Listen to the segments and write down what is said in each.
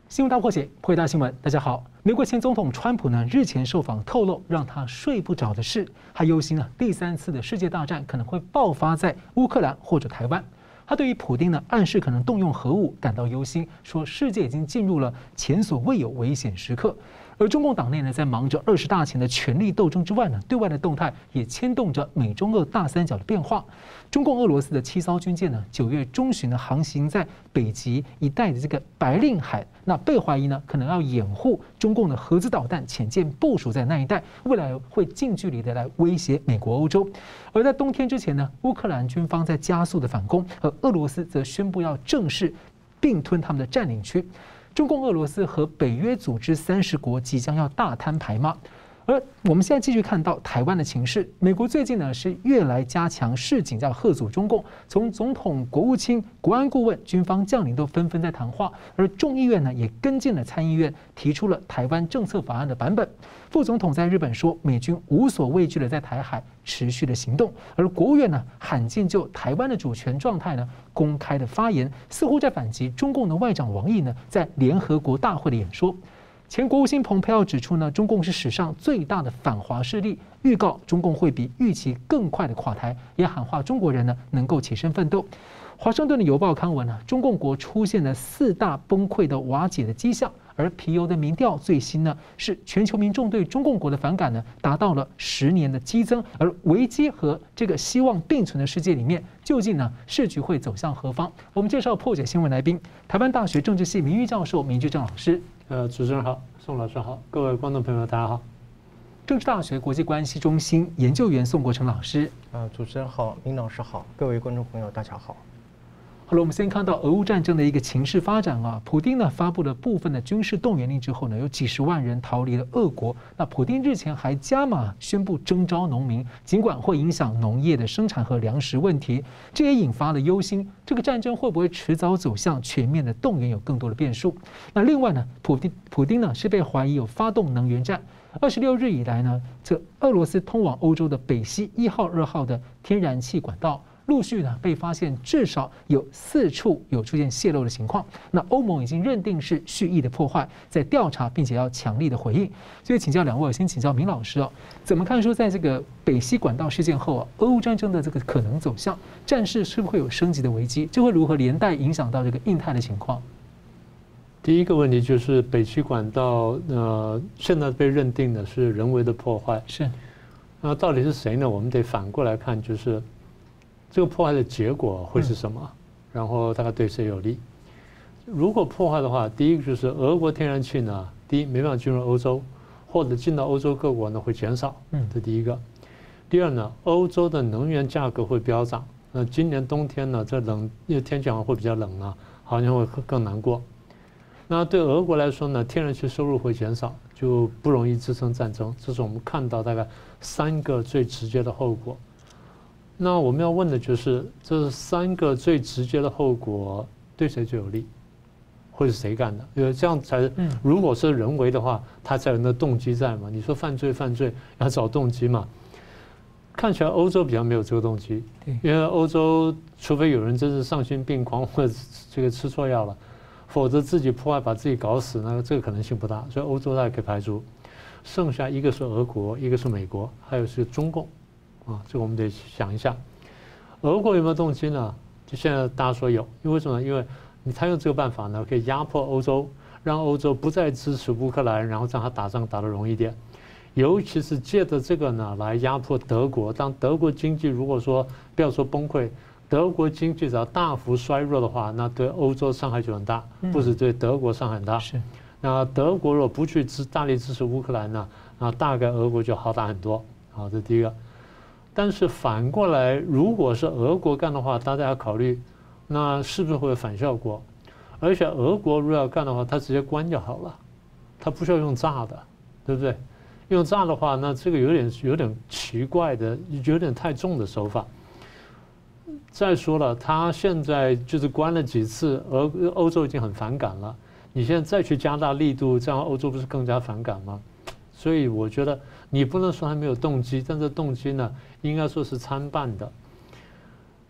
新闻大破解，破解大新闻。大家好，美国前总统川普呢日前受访透露，让他睡不着的是，他忧心第3次的世界大战可能会爆发在乌克兰或者台湾。他对于普丁呢暗示可能动用核武感到忧心，说世界已经进入了前所未有危险时刻。而中共党内呢，在忙着20大前的权力斗争之外呢，对外的动态也牵动着美中俄大三角的变化。中共、俄罗斯的7艘军舰呢，9月中旬呢航行在北极一带的这个白令海，那被怀疑呢可能要掩护中共的核子导弹潜舰部署在那一带，未来会近距离的来威胁美国、欧洲。而在冬天之前呢，乌克兰军方在加速的反攻，而俄罗斯则宣布要正式并吞他们的占领区。中共、俄罗斯和北约组织30国即将要大摊牌吗？而我们现在继续看到台湾的情势，美国最近呢是越来加强示警，要吓阻中共。从总统、国务卿、国安顾问、军方将领都纷纷在谈话，而众议院呢也跟进了参议院提出了台湾政策法案的版本。副总统在日本说，美军无所畏惧的在台海持续的行动，而国务院呢罕见就台湾的主权状态呢公开的发言，似乎在反击中共的外长王毅呢在联合国大会的演说。前国务卿蓬佩奥指出呢，中共是史上最大的反华势力，预告中共会比预期更快的垮台，也喊话中国人呢能够起身奋斗。华盛顿的邮报刊文呢，中共国出现了4大崩溃的瓦解的迹象，而皮尤的民调最新呢是全球民众对中共国的反感呢达到了10年的激增，而危机和这个希望并存的世界里面，究竟呢时局会走向何方？我们介绍破解新闻来宾，台湾大学政治系名誉教授明居正老师。 主持人好，宋老师好，各位观众朋友大家好。 政治大学国际关系中心研究员宋国成老师。 主持人好，明老师好，各位观众朋友大家好。 好了，我们先看到俄乌战争的一个情势发展啊。普丁呢发布了部分的军事动员令之后呢，有几十万人逃离了俄国。那普丁日前还加码宣布征召农民，尽管会影响农业的生产和粮食问题，这也引发了忧心，这个战争会不会迟早走向全面的动员，有更多的变数。那另外呢，普丁呢是被怀疑有发动能源战。26日以来呢，这俄罗斯通往欧洲的北溪1号、2号的天然气管道，陆续呢被发现至少有4处有出现泄漏的情况。那欧盟已经认定是蓄意的破坏，在调查，并且要强力的回应。所以请教两位，先请教明老师怎么看说在这个北溪管道事件后俄乌战争的这个可能走向，战事是不是会有升级的危机？这会如何连带影响到这个印太的情况？ 第一个问题就是北溪管道，现在被认定的是人为的破坏， 是。 那到底是谁呢？我们得反过来看，就是这个破坏的结果会是什么，然后大概对谁有利。如果破坏的话，第一个就是俄国天然气呢，第一没办法进入欧洲，或者进到欧洲各国呢会减少，这第一个。第二呢，欧洲的能源价格会飙涨。那今年冬天呢，这冷，因为天气好像会比较冷啊，好像会更难过。那对俄国来说呢，天然气收入会减少，就不容易支撑战争。这是我们看到大概3个最直接的后果。那我们要问的就是，这3个最直接的后果对谁最有利，会是谁干的？因为这样才，如果是人为的话，他才有那动机在嘛。你说犯罪要找动机嘛？看起来欧洲比较没有这个动机，因为欧洲除非有人真是丧心病狂或者这个吃错药了。否则自己破坏把自己搞死，那这个可能性不大，所以欧洲大家可以排除。剩下一个是俄国，一个是美国，还有是中共，这个我们得想一下。俄国有没有动机呢？就现在大家说有，因为什么？因为他用这个办法呢，可以压迫欧洲，让欧洲不再支持乌克兰，然后让他打仗打得容易一点。尤其是借着这个呢，来压迫德国。当德国经济如果说不要说崩溃，德国经济只要大幅衰弱的话，那对欧洲伤害就很大，不止对德国伤害很大。 是。 那德国如果不去大力支持乌克兰呢，那大概俄国就好打很多。好，这第一个。但是反过来，如果是俄国干的话，大家要考虑，那是不是会有反效果？而且俄国如果要干的话，他直接关就好了，他不需要用炸的，对不对？用炸的话，那这个有点奇怪的，有点太重的手法。再说了，他现在就是关了几次，欧洲已经很反感了。你现在再去加大力度，这样欧洲不是更加反感吗？所以我觉得你不能说他没有动机，但这动机呢，应该说是参半的。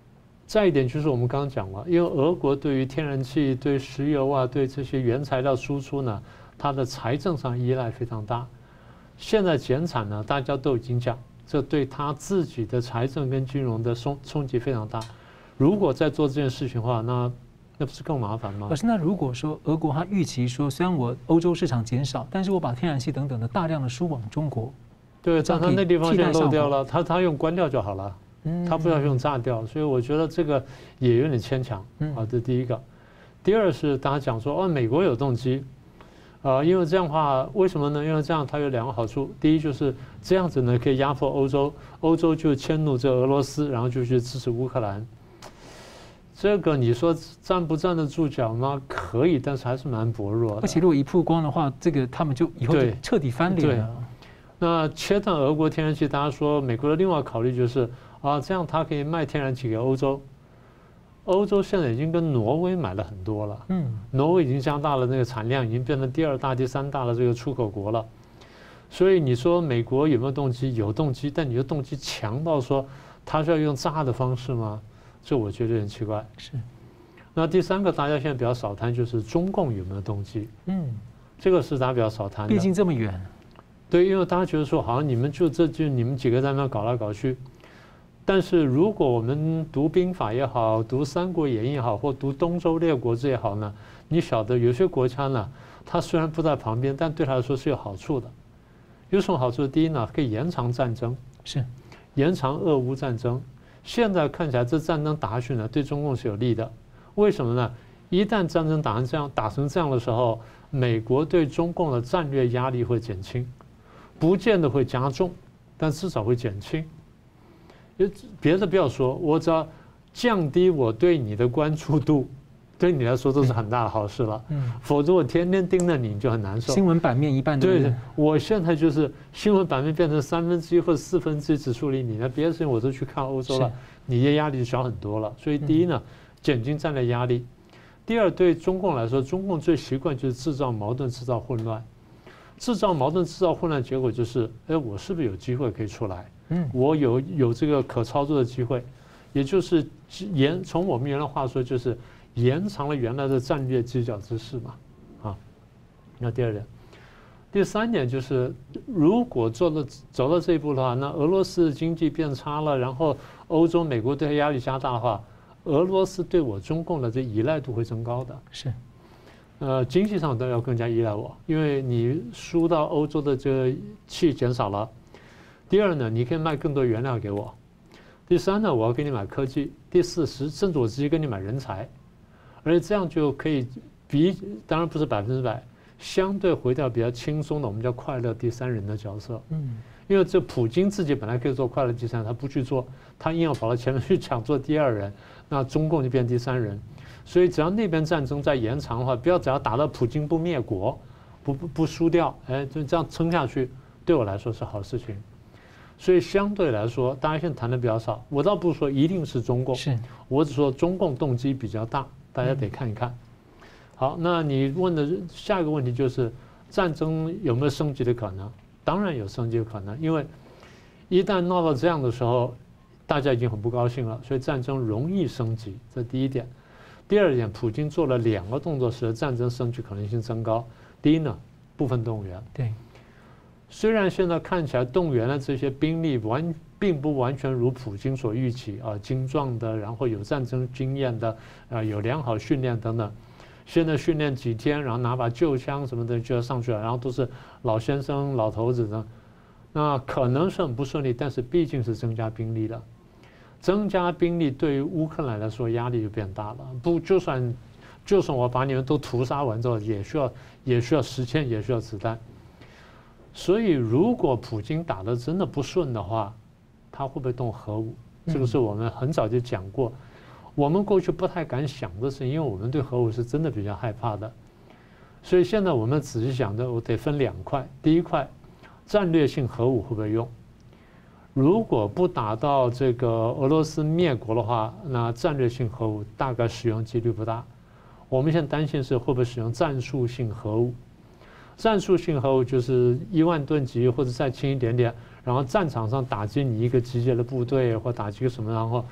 再一点就是我们刚刚讲了，因为俄国对于天然气、对石油啊、对这些原材料输出呢，它的财政上依赖非常大。现在减产呢，大家都已经讲，这对它自己的财政跟金融的冲击非常大。如果再做这件事情的话，那不是更麻烦吗？ 可是那如果说俄国它预期说，虽然我欧洲市场减少，但是我把天然气等等的大量的输往中国， 对，但它那地方现在漏掉了，它用关掉就好了，它不要用炸掉，所以我觉得这个也有点牵强啊。这第一个，第二是大家讲说，美国有动机，因为这样的话，为什么呢？因为这样它有两个好处，第一就是这样子呢可以压迫欧洲，欧洲就迁怒这俄罗斯，然后就去支持乌克兰。这个你说站不站得住脚吗？可以，但是还是蛮薄弱的。 而且如果一曝光的话，这个他们就以后就彻底翻脸了。 那切断俄国天然气，大家说美国的另外考虑就是这样它可以卖天然气给欧洲。欧洲现在已经跟挪威买了很多了，挪威已经加大了那个产量，已经变成第2大、第3大的这个出口国了。所以你说美国有没有动机？有动机，但你的动机强到说它是要用炸的方式吗？这我觉得有点奇怪。 是。 那第三个，大家现在比较少谈，就是中共有没有动机？这个是大家比较少谈的。 毕竟这么远。 对，因为大家觉得说，好像你们就你们几个在那搞来搞去。但是如果我们读兵法也好，读《三国演义》也好，或读《东周列国志》也好呢，你晓得有些国家呢，它虽然不在旁边，但对他来说是有好处的。有什么好处？第一呢，可以延长战争， 是延长俄乌战争。现在看起来，这战争打下去呢，对中共是有利的。为什么呢？一旦战争打成这样的时候，美国对中共的战略压力会减轻，不见得会加重，但至少会减轻。别的不要说，我只要降低我对你的关注度，对你来说都是很大的好事了。否则我天天盯着你就很难受。 新闻版面一半。 对，我现在就是新闻版面变成1/3或者1/4只处理你，那别的事情我都去看欧洲了，你的压力就小很多了。所以第一呢，减轻战略压力；第二，对中共来说，中共最习惯就是制造矛盾、制造混乱。制造矛盾、制造混乱，结果就是，我是不是有机会可以出来？我有这个可操作的机会，也就是从我们原来话说，就是延长了原来的战略犄角之势嘛，那第二点，第三点就是，如果走到这一步的话，那俄罗斯的经济变差了，然后欧洲、美国对它压力加大的话，俄罗斯对我中共的这依赖度会增高的。 是， 经济上都要更加依赖我，因为你输到欧洲的这个气减少了。第二呢，你可以卖更多原料给我。第三呢，我要给你买科技。第四，甚至我直接跟你买人才，而且这样就可以当然不是100%，相对回到比较轻松的，我们叫快乐第三人的角色。因为这普京自己本来可以做快乐第三人，他不去做，他硬要跑到前面去抢做第2人，那中共就变第3人。所以只要那边战争再延长的话，不要只要打到普京不灭国，不输掉，就这样撑下去，对我来说是好事情。所以相对来说，大家现在谈的比较少。我倒不说一定是中共，我只说中共动机比较大，大家得看一看。好，那你问的下一个问题就是，战争有没有升级的可能？当然有升级的可能，因为一旦闹到这样的时候，大家已经很不高兴了，所以战争容易升级，这第一点。第二点，普京做了2个动作，使得战争升级可能性增高。第一呢，部分动员。 对。 虽然现在看起来动员的这些兵力并不完全如普京所预期精壮的，然后有战争经验的，有良好训练等等。现在训练几天，然后拿把旧枪什么的就要上去了，然后都是老先生、老头子的，那可能是很不顺利，但是毕竟是增加兵力了。增加兵力对于乌克兰来说压力就变大了。就算我把你们都屠杀完之后，也需要时间，也需要子弹。所以，如果普京打得真的不顺的话，他会不会动核武？这个是我们很早就讲过，我们过去不太敢想的事，因为我们对核武是真的比较害怕的。所以现在我们仔细想的，我得分2块。第一块，战略性核武会不会用？如果不打到这个俄罗斯灭国的话，那战略性核武大概使用几率不大。我们现在担心是会不会使用战术性核武？战术性核武就是1万吨级或者再轻一点点，然后战场上打击你一个集结的部队或打击个什么，然后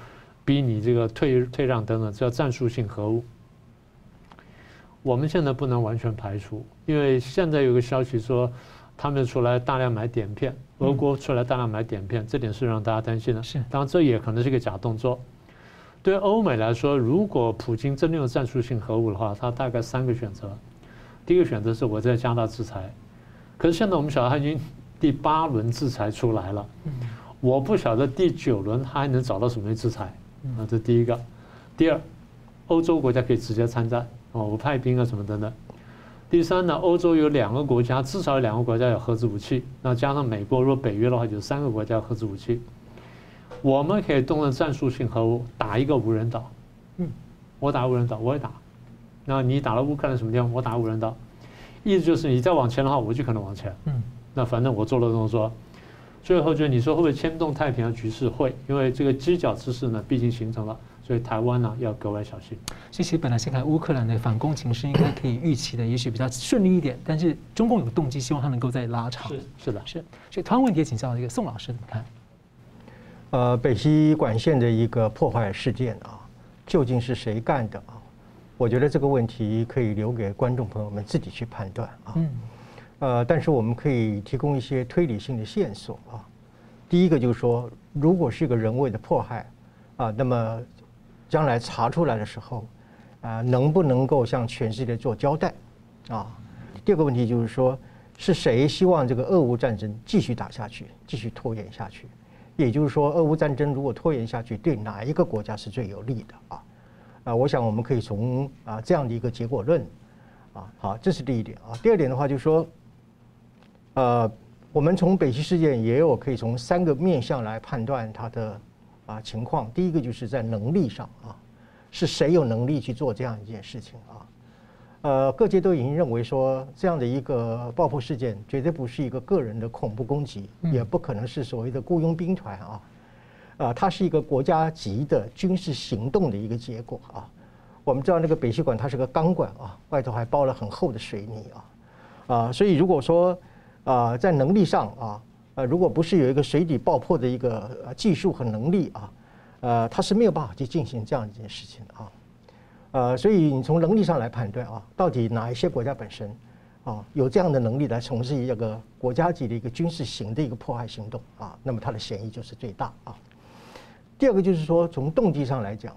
逼你这个退让等等，叫战术性核武。我们现在不能完全排除，因为现在有个消息说，他们出来大量买碘片，俄国出来大量买碘片，这点是让大家担心的。 是， 当然这也可能是个假动作。对欧美来说，如果普京真的用战术性核武的话，他大概3个选择。第一个选择是我在加大制裁，可是现在我们晓得他已经第8轮制裁出来了，我不晓得第9轮他还能找到什么制裁啊，这第一个。第二，欧洲国家可以直接参战。我派兵啊什么等等。第三呢，欧洲有2个国家，至少有2个国家有核子武器，那加上美国，如果北约的话，就3个国家有核子武器。我们可以动用战术性核武打一个无人岛，我打无人岛，我也打。那你打了乌克兰什么地方，我打无人岛，意思就是你再往前的话，我就可能往前。那反正我做了动作。最后就你说会不会牵动太平洋局势？会，因为这个犄角之势呢，毕竟形成了。所以台湾呢要格外小心。 其实本来先看乌克兰的反攻情势应该可以预期的，也许比较顺利一点，但是中共有动机，希望它能够再拉长。 是的。 所以同样问题也请教这个宋老师怎么看？ 北溪管线的一个破坏事件啊，究竟是谁干的啊？我觉得这个问题可以留给观众朋友们自己去判断啊。但是我们可以提供一些推理性的线索啊。第一个就是说，如果是一个人为的迫害啊，那么将来查出来的时候，能不能够向全世界做交代？啊，第二个问题就是说，是谁希望这个俄乌战争继续打下去，继续拖延下去？也就是说，俄乌战争如果拖延下去，对哪一个国家是最有利的啊？我想我们可以从这样的一个结果论，好，这是第一点啊。第二点的话就是说，我们从北溪事件也有可以从3个面向来判断它的情况。第一个就是在能力上是谁有能力去做这样一件事情各界都已经认为说，这样的一个爆破事件绝对不是一个个人的恐怖攻击，也不可能是所谓的雇佣兵团它是一个国家级的军事行动的一个结果我们知道那个北溪管它是个钢管外头还包了很厚的水泥所以如果说在能力上如果不是有一个水底爆破的一个技术和能力它是没有办法去进行这样一件事情所以你从能力上来判断到底哪一些国家本身有这样的能力来从事一个国家级的一个军事型的一个迫害行动那么它的嫌疑就是最大第二个就是说，从动机上来讲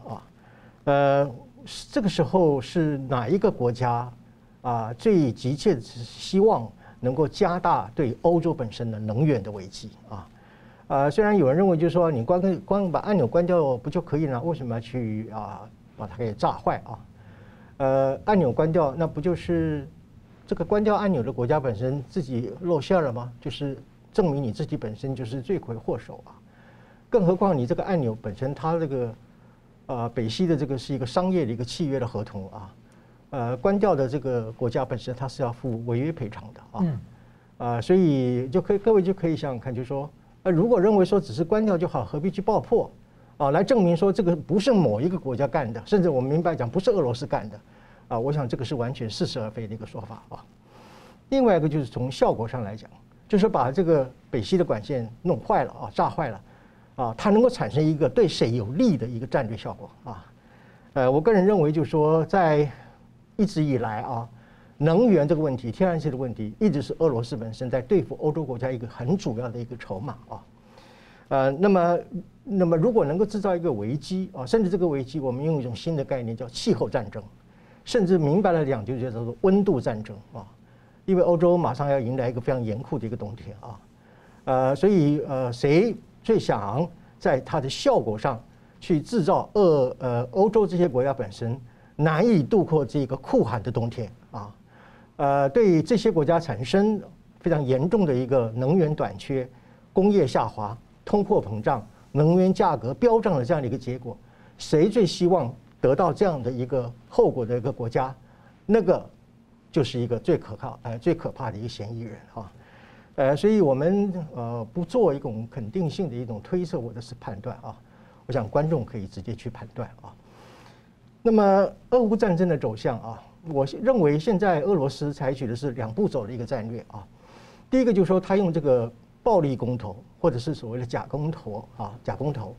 这个时候是哪一个国家最急切的希望能够加大对欧洲本身的能源的危机虽然有人认为就是说你光把按钮关掉不就可以了，为什么要去把它给炸坏按钮关掉，那不就是这个关掉按钮的国家本身自己露馅了吗？就是证明你自己本身就是罪魁祸首更何况你这个按钮本身，它这个北溪的这个是一个商业的一个契约的合同关掉的这个国家本身它是要负违约赔偿的所以各位就可以想想看，就是说如果认为说只是关掉就好，何必去爆破来证明说这个不是某一个国家干的，甚至我们明白讲不是俄罗斯干的我想这个是完全似是而非的一个说法另外一个就是从效果上来讲，就是把这个北溪的管线弄坏了炸坏了它能够产生一个对谁有利的一个战略效果我个人认为就是说，在一直以来能源这个问题、天然气的问题，一直是俄罗斯本身在对付欧洲国家一个很主要的一个筹码那么如果能够制造一个危机甚至这个危机我们用一种新的概念叫气候战争，甚至明白了讲就叫做温度战争因为欧洲马上要迎来一个非常严酷的一个冬天所以谁最想在它的效果上去制造欧洲这些国家本身难以度过这个酷寒的冬天对这些国家产生非常严重的一个能源短缺、工业下滑、通货膨胀、能源价格飙涨的这样的一个结果，谁最希望得到这样的一个后果的一个国家，那个就是一个最可怕的一个嫌疑人所以我们不做一种肯定性的一种推测或者是判断我想观众可以直接去判断那么俄乌战争的走向我认为现在俄罗斯采取的是2步走的一个战略第一个就是说他用这个暴力公投或者是所谓的假公投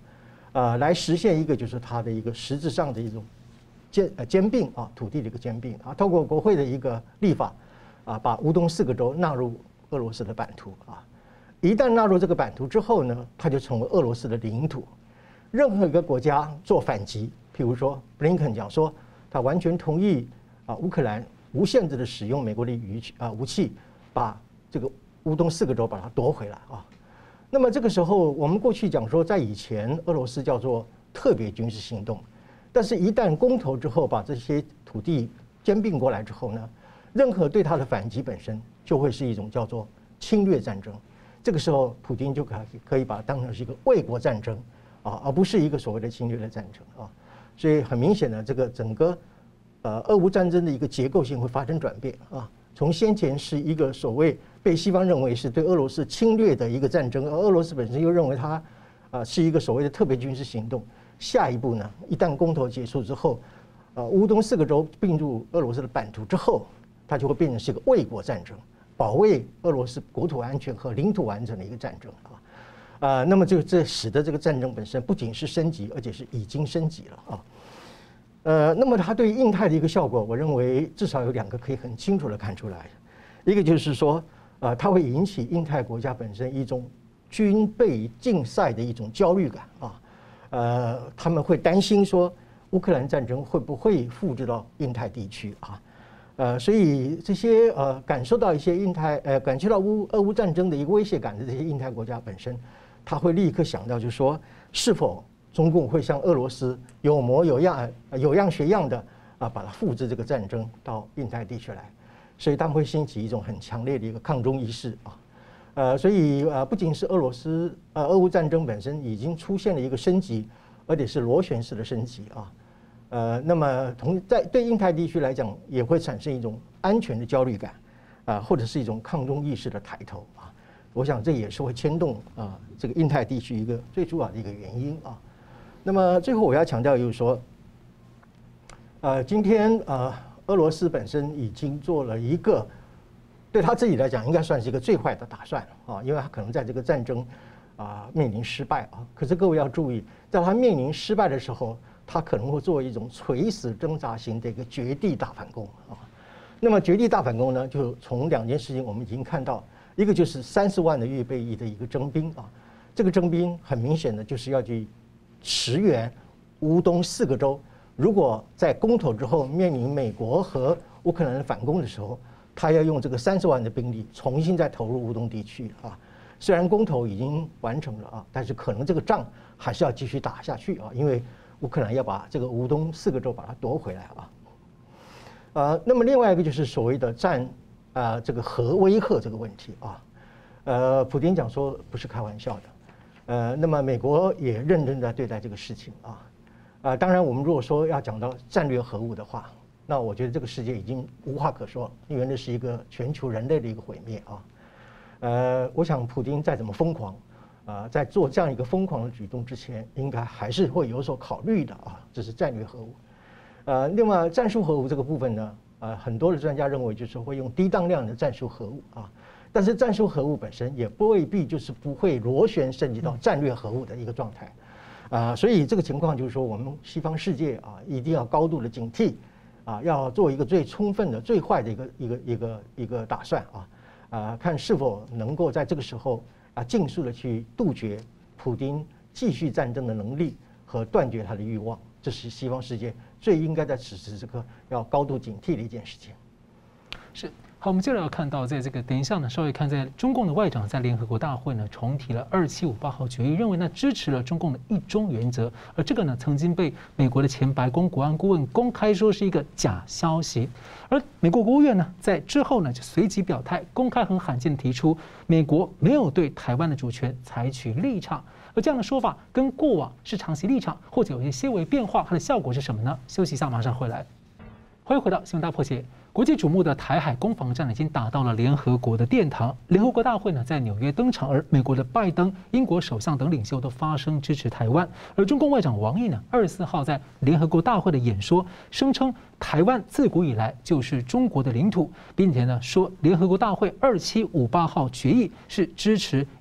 来实现一个就是它的一个实质上的一种兼并啊，土地的一个兼并啊，透过国会的一个立法啊，把乌东4个州纳入俄罗斯的版图啊。一旦纳入这个版图之后呢，它就成为俄罗斯的领土。任何一个国家做反击，譬如说布林肯讲说，他完全同意啊乌克兰无限制的使用美国的武器，把这个乌东4个州把它夺回来啊。那么这个时候，我们过去讲说，在以前俄罗斯叫做特别军事行动，但是一旦公投之后，把这些土地兼并过来之后呢，任何对它的反击本身就会是一种叫做侵略战争。这个时候，普丁就可以把它当成是一个卫国战争啊，而不是一个所谓的侵略的战争啊。所以很明显的，这个整个俄乌战争的一个结构性会发生转变啊。从先前是一个所谓被西方认为是对俄罗斯侵略的一个战争，而俄罗斯本身又认为它是一个所谓的特别军事行动。下一步呢，一旦公投结束之后，乌东4个州并入俄罗斯的版图之后，它就会变成是一个卫国战争，保卫俄罗斯国土安全和领土完整的一个战争啊。那么这使得这个战争本身不仅是升级，而且是已经升级了啊。那么它对印太的一个效果，我认为至少有2个可以很清楚的看出来。一个就是说，它会引起印太国家本身一种军备竞赛的一种焦虑感啊。他们会担心说，乌克兰战争会不会复制到印太地区啊？所以这些感受到一些感受到俄乌战争的一个威胁感的这些印太国家本身，他会立刻想到，就是说，是否中共会像俄罗斯有模有样学样的把它复制这个战争到印太地区来，所以他们会兴起一种很强烈的一个抗中意识啊。所以不仅是俄乌战争本身已经出现了一个升级，而且是螺旋式的升级啊。那么对印太地区来讲，也会产生一种安全的焦虑感或者是一种抗中意识的抬头啊。我想这也是会牵动这个印太地区一个最主要的一个原因啊。那么最后我要强调就是说，今天俄罗斯本身已经做了一个对他自己来讲应该算是一个最坏的打算啊，因为他可能在这个战争面临失败啊。可是各位要注意，在他面临失败的时候，他可能会做一种垂死挣扎型的一个绝地大反攻啊。那么绝地大反攻呢，就从2件事情我们已经看到，一个就是30万的预备役的一个征兵啊，这个征兵很明显的就是要去驰援乌东4个州。如果在公投之后面临美国和乌克兰的反攻的时候，他要用这个30万的兵力重新再投入乌东地区啊。虽然公投已经完成了啊，但是可能这个仗还是要继续打下去啊，因为乌克兰要把这个乌东4个州把它夺回来啊。那么另外一个就是所谓的这个核威吓这个问题啊。普丁讲说不是开玩笑的。那么美国也认真的对待这个事情啊。当然我们如果说要讲到战略核武的话，那我觉得这个世界已经无话可说了，因为那是一个全球人类的一个毁灭啊。我想普丁再怎么疯狂在做这样一个疯狂的举动之前，应该还是会有所考虑的啊。这是战略核武。另外战术核武这个部分呢，很多的专家认为就是会用低当量的战术核武啊。但是战术核武本身也不未必就是不会螺旋升级到战略核武的一个状态所以这个情况就是说，我们西方世界一定要高度的警惕要做一个最充分的、最坏的一个打算看是否能够在这个时候尽速的去杜绝普丁继续战争的能力和断绝他的欲望。这是西方世界最应该在此时此刻要高度警惕的一件事情。 是。好，我们接着要看到，在这个等一下呢，稍微看在中共的外长在联合国大会呢重提了2758号决议，认为呢支持了中共的一中原则，而这个呢曾经被美国的前白宫国安顾问公开说是一个假消息，而美国国务院呢在之后呢就随即表态，公开很罕见的提出美国没有对台湾的主权采取立场，而这样的说法跟过往是长期立场，或者有一些微变化，它的效果是什么呢？休息一下，马上回来。欢迎回到新闻大破解。国际瞩目的台海攻防战已经打到了联合国的殿堂。联合国大会呢在纽约登场，而美国的拜登、英国首相等领袖都发声支持台湾。而中共外长王毅呢24号在联合国大会的演说，声称台湾自古以来就是中国的领土，并且呢说联合国大会2758号决议是支持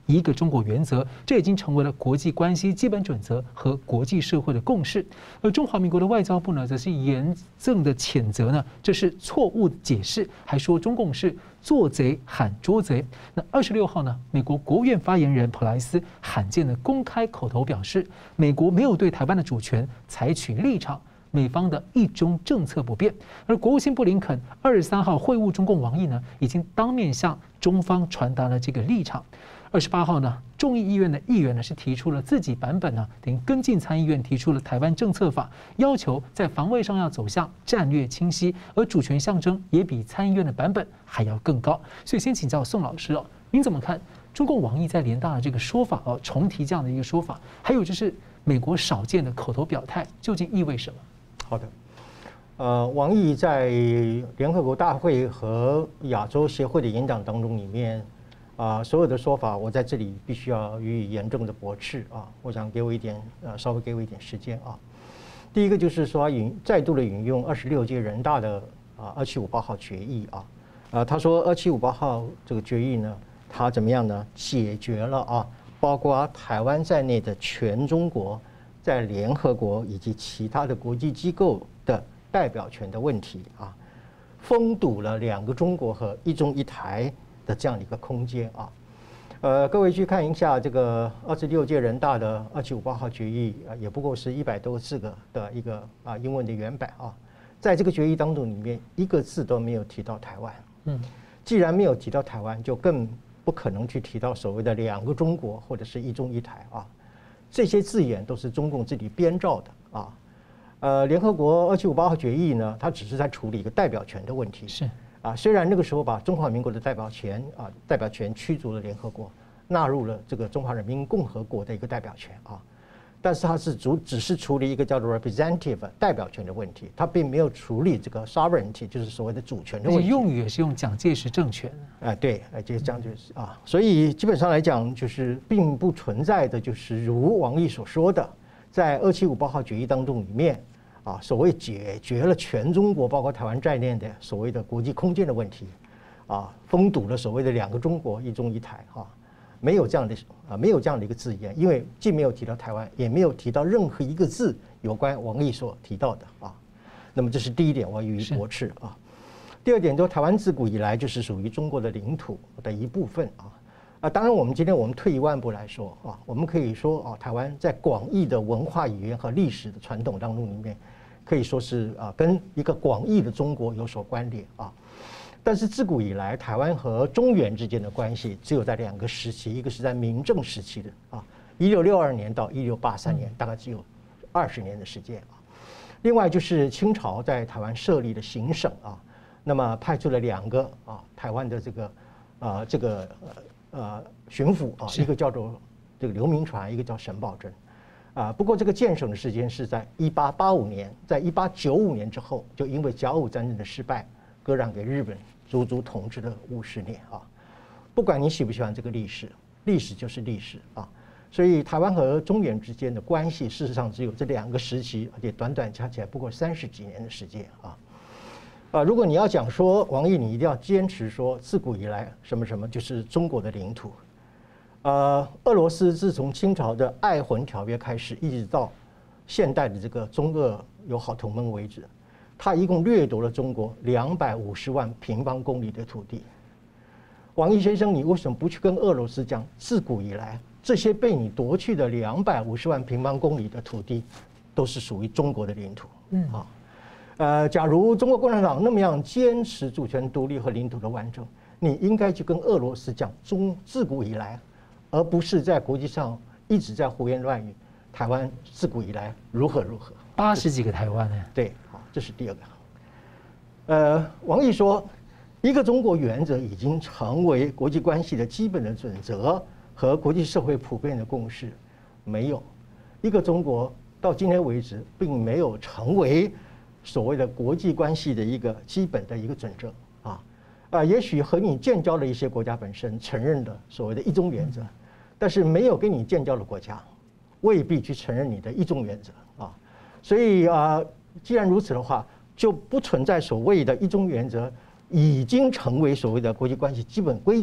一个中国原则，这已经成为了国际关系基本准则和国际社会的共识。而中华民国的外交部呢，则是严正的谴责呢，这是错误的解释，还说中共是做贼喊捉贼。那26号呢，美国国务院发言人普莱斯罕见的公开口头表示，美国没有对台湾的主权采取立场。美方的一中政策不变，而国务卿布林肯23号会晤中共王毅呢，已经当面向中方传达了这个立场。28号呢，众议院的议员呢是提出了自己版本呢，等于跟进参议院提出了台湾政策法，要求在防卫上要走向战略清晰，而主权象征也比参议院的版本还要更高。所以先请教宋老师哦，您怎么看中共王毅在联大的这个说法哦，重提这样的一个说法，还有就是美国少见的口头表态，究竟意味什么？ 好的，王毅在联合国大会和亚洲协会的演讲当中里面，所有的说法，我在这里必须要予以严正的驳斥啊。我想给我一点稍微给我一点时间啊。第一个就是说再度的引用26届人大的2758号决议啊，他说2758号这个决议呢，他怎么样呢？解决了包括台湾在内的全中国在联合国以及其他的国际机构的代表权的问题啊，封堵了2个中国和一中一台的这样的一个空间啊。各位去看一下这个26届人大的2758号决议也不过是100多字的一个英文的原版啊，在这个决议当中里面一个字都没有提到台湾。既然没有提到台湾，就更不可能去提到所谓的2个中国或者是一中一台啊。这些字眼都是中共自己编造的联合国2758号决议呢，它只是在处理一个代表权的问题。 是虽然那个时候把中华民国的代表权驱逐了联合国，纳入了这个中华人民共和国的一个代表权但是它是只是处理一个叫做 representative 代表权的问题，它并没有处理这个 sovereignty， 就是所谓的主权的问题。 用语也是用蒋介石政权对，就是蒋介石所以基本上来讲，就是并不存在的，就是如王毅所说的，在2758号决议当中里面所谓解决了全中国包括台湾在内的所谓的国际空间的问题封堵了所谓的2个中国一中一台没有这样的一个字眼，因为既没有提到台湾，也没有提到任何一个字有关王毅所提到的那么这是第一点，我要予以驳斥第二点，就台湾自古以来就是属于中国的领土的一部分当然，今天我们退一万步来说我们可以说台湾在广义的文化语言和历史的传统当中里面，可以说是跟一个广义的中国有所关联但是自古以来，台湾和中原之间的关系只有在2个时期，一个是在明郑时期的1662年到1683年，大概只有20年的时间另外就是清朝在台湾设立的行省那么派出了2个台湾的这个巡抚一个叫做这个刘铭传，一个叫沈葆桢不过这个建省的时间是在1885年，在1895年之后，就因为甲午战争的失败，割让给日本，足足统治了50年不管你喜不喜欢这个历史，历史就是历史所以台湾和中原之间的关系，事实上只有这2个时期，而且短短加起来不过30几年的时间如果你要讲说王毅，你一定要坚持说自古以来什么什么就是中国的领土。俄罗斯自从清朝的爱魂条约开始，一直到现代的这个中俄友好同盟为止，它一共掠夺了中国250万平方公里的土地。王毅先生，你为什么不去跟俄罗斯讲，自古以来这些被你夺去的250万平方公里的土地，都是属于中国的领土？假如中国共产党那么样坚持主权独立和领土的完整，你应该去跟俄罗斯讲自古以来，而不是在国际上一直在胡言乱语。台湾自古以来如何如何 ，80几个台湾呢？ 对，好，这是第二个。王毅说，一个中国原则已经成为国际关系的基本的准则和国际社会普遍的共识。没有，一个中国到今天为止，并没有成为所谓的国际关系的一个基本的一个准则也许和你建交的一些国家本身承认了所谓的一中原则，但是没有跟你建交的国家未必去承认你的一中原则所以既然如此的话，就不存在所谓的一中原则已经成为所谓的国际关系基本规则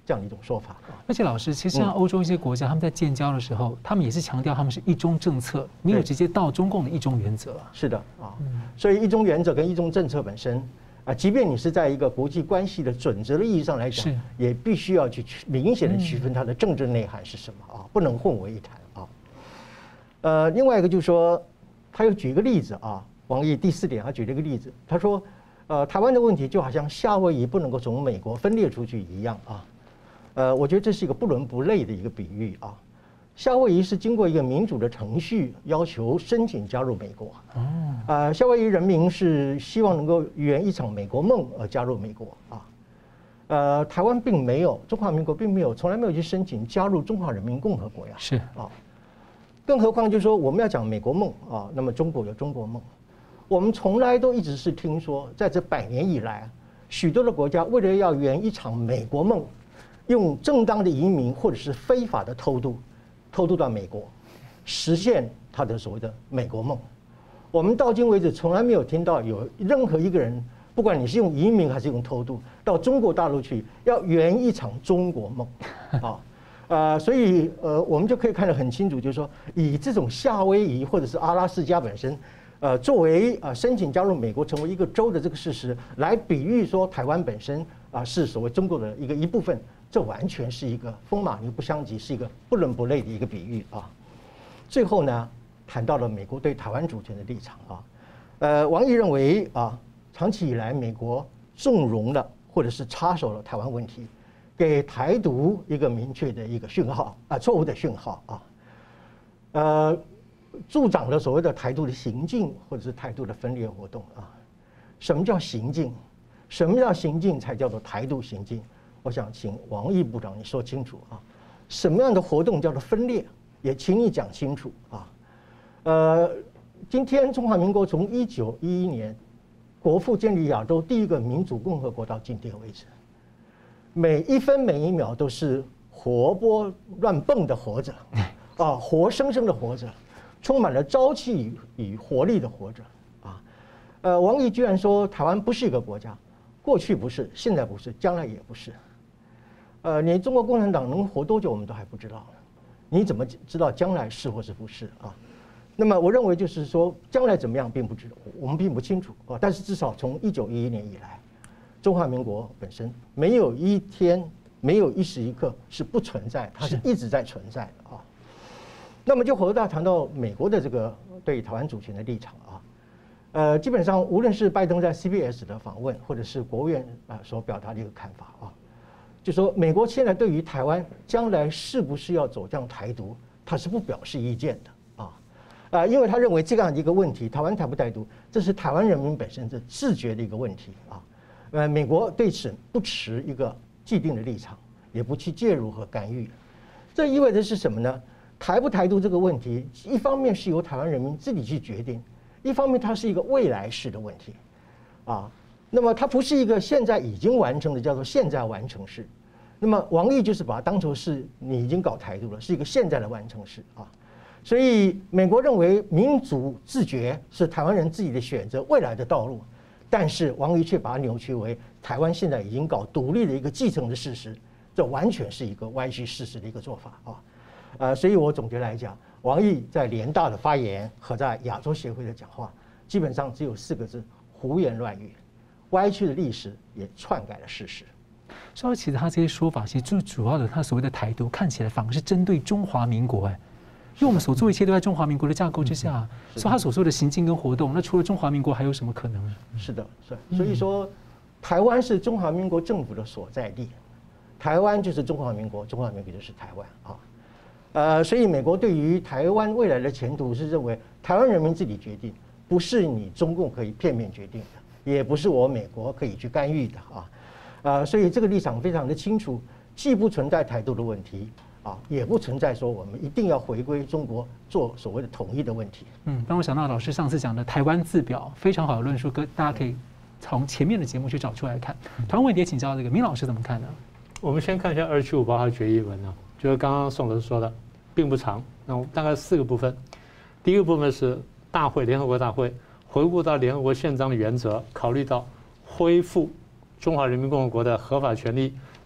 这样的一种说法。 而且老师，其实像欧洲一些国家，他们在建交的时候，他们也是强调他们是一中政策，没有直接到中共的一中原则。 是的啊，所以一中原则跟一中政策本身啊，即便你是在一个国际关系的准则的意义上来讲，也必须要去明显的区分它的政治内涵是什么啊，不能混为一谈啊。另外一个就是说，他又举一个例子啊，王毅第4点他举了一个例子，他说，台湾的问题就好像夏威夷不能够从美国分裂出去一样啊。我觉得这是一个不伦不类的一个比喻啊。夏威夷是经过一个民主的程序，要求申请加入美国。夏威夷人民是希望能够圆一场美国梦而加入美国啊。台湾并没有，中华民国并没有，从来没有去申请加入中华人民共和国呀。 是啊。更何况就是说，我们要讲美国梦啊，那么中国有中国梦。我们从来都一直是听说，在这100年以来，许多的国家为了要圆一场美国梦，用正当的移民或者是非法的偷渡到美国，实现他的所谓的美国梦。我们到今为止从来没有听到有任何一个人，不管你是用移民还是用偷渡到中国大陆去，要圆一场中国梦啊。所以我们就可以看得很清楚，就是说，以这种夏威夷或者是阿拉斯加本身，作为申请加入美国成为一个州的这个事实，来比喻说台湾本身是所谓中国的一部分，这完全是一个风马牛不相及，是一个不伦不类的一个比喻啊。最后呢，谈到了美国对台湾主权的立场啊。王毅认为长期以来美国纵容了或者是插手了台湾问题，给台独一个明确的一个讯号错误的讯号啊。助长了所谓的台独的行径，或者是台独的分裂活动啊。什么叫行径？什么叫行径才叫做台独行径？我想请王毅部长你说清楚啊。什么样的活动叫做分裂？也请你讲清楚啊。今天中华民国从1911年国父建立亚洲第一个民主共和国到今天为止，每一分每一秒都是活泼乱蹦的活着活生生的活着。充满了朝气与活力的活着王毅居然说台湾不是一个国家，过去不是，现在不是，将来也不是。你中国共产党能活多久我们都还不知道呢，你怎么知道将来是或是不是啊？那么我认为就是说，将来怎么样并不知道，我们并不清楚但是至少从1911年以来，中华民国本身没有一天，没有一时一刻是不存在，它是一直在存在的那么就回到谈到美国的这个对台湾主权的立场基本上无论是拜登在 CBS 的访问，或者是国务院所表达的一个看法就说美国现在对于台湾将来是不是要走向台独，他是不表示意见的因为他认为这样的一个问题，台湾台不台独，这是台湾人民本身的自觉的一个问题美国对此不持一个既定的立场，也不去介入和干预。这意味着是什么呢？台不台独这个问题，一方面是由台湾人民自己去决定，一方面它是一个未来式的问题那么它不是一个现在已经完成的叫做现在完成式。那么王毅就是把它当成是你已经搞台独了，是一个现在的完成式所以美国认为民主自决是台湾人自己的选择，未来的道路，但是王毅却把它扭曲为台湾现在已经搞独立的一个继承的事实，这完全是一个歪曲事实的一个做法所以我总结来讲，王毅在联大的发言和在亚洲协会的讲话，基本上只有4个字：胡言乱语，歪曲的历史，也篡改了事实。 所以其实他这些说法，其实最主要的，他所谓的台独，看起来反而是针对中华民国因为我们所做一切都在中华民国的架构之下，所以他所说的行径跟活动，那除了中华民国还有什么可能呢？ 是的，所以说，台湾是中华民国政府的所在地，台湾就是中华民国，中华民国就是台湾所以美国对于台湾未来的前途是认为台湾人民自己决定，不是你中共可以片面决定的，也不是我美国可以去干预的所以这个立场非常的清楚，既不存在台独的问题也不存在说我们一定要回归中国做所谓的统一的问题。 让我想到老师上次讲的台湾自表，非常好的论述，大家可以从前面的节目去找出来看。台湾问题也请教这个明老师怎么看呢？ 我们先看一下2758号决议文就是刚刚宋老师说的，并不长，那我大概4个部分。第一个部分是大会，联合国大会回顾到联合国宪章的原则，考虑到恢复中华人民共和国的合法权利，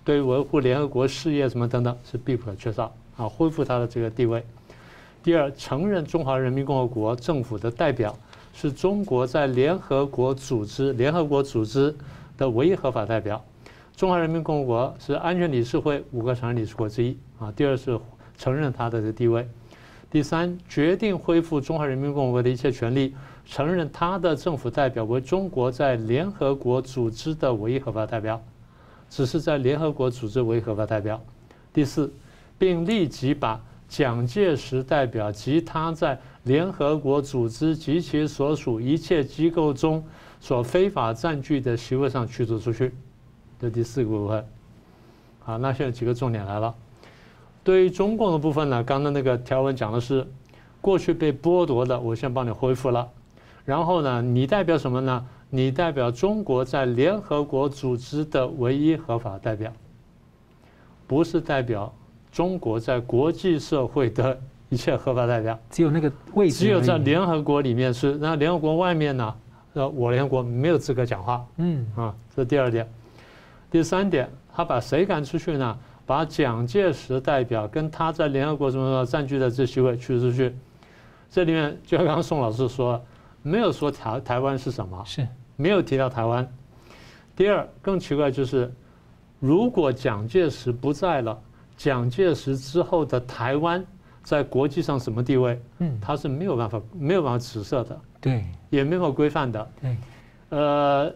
对维护联合国事业什么等等是必不可缺少啊，恢复它的这个地位。第二，承认中华人民共和国政府的代表是中国在联合国组织的唯一合法代表。中华人民共和国是安全理事会5个常任理事国之一啊。第二是承认它的地位。第三，决定恢复中华人民共和国的一切权利，承认他的政府代表为中国在联合国组织的唯一合法代表，只是在联合国组织唯一合法代表。第四，并立即把蒋介石代表及他在联合国组织及其所属一切机构中所非法占据的席位上驱逐出去。这第四个部分。好，那现在几个重点来了。对于中共的部分呢，刚才那个条文讲的是过去被剥夺的，我先帮你恢复了。然后呢，你代表什么呢？你代表中国在联合国组织的唯一合法代表，不是代表中国在国际社会的一切合法代表。 只有那个位置， 只有在联合国里面是，那联合国外面呢，我联合国没有资格讲话。这是第二点。第三点，他把谁赶出去呢？把蒋介石代表跟他在联合国什么占据的这席位驱逐出去。这里面就像刚刚宋老师说，没有说台湾是什么， 是没有提到台湾。第二，更奇怪就是，如果蒋介石不在了，蒋介石之后的台湾在国际上什么地位？他是没有办法指涉的， 对， 也没有规范的。 对，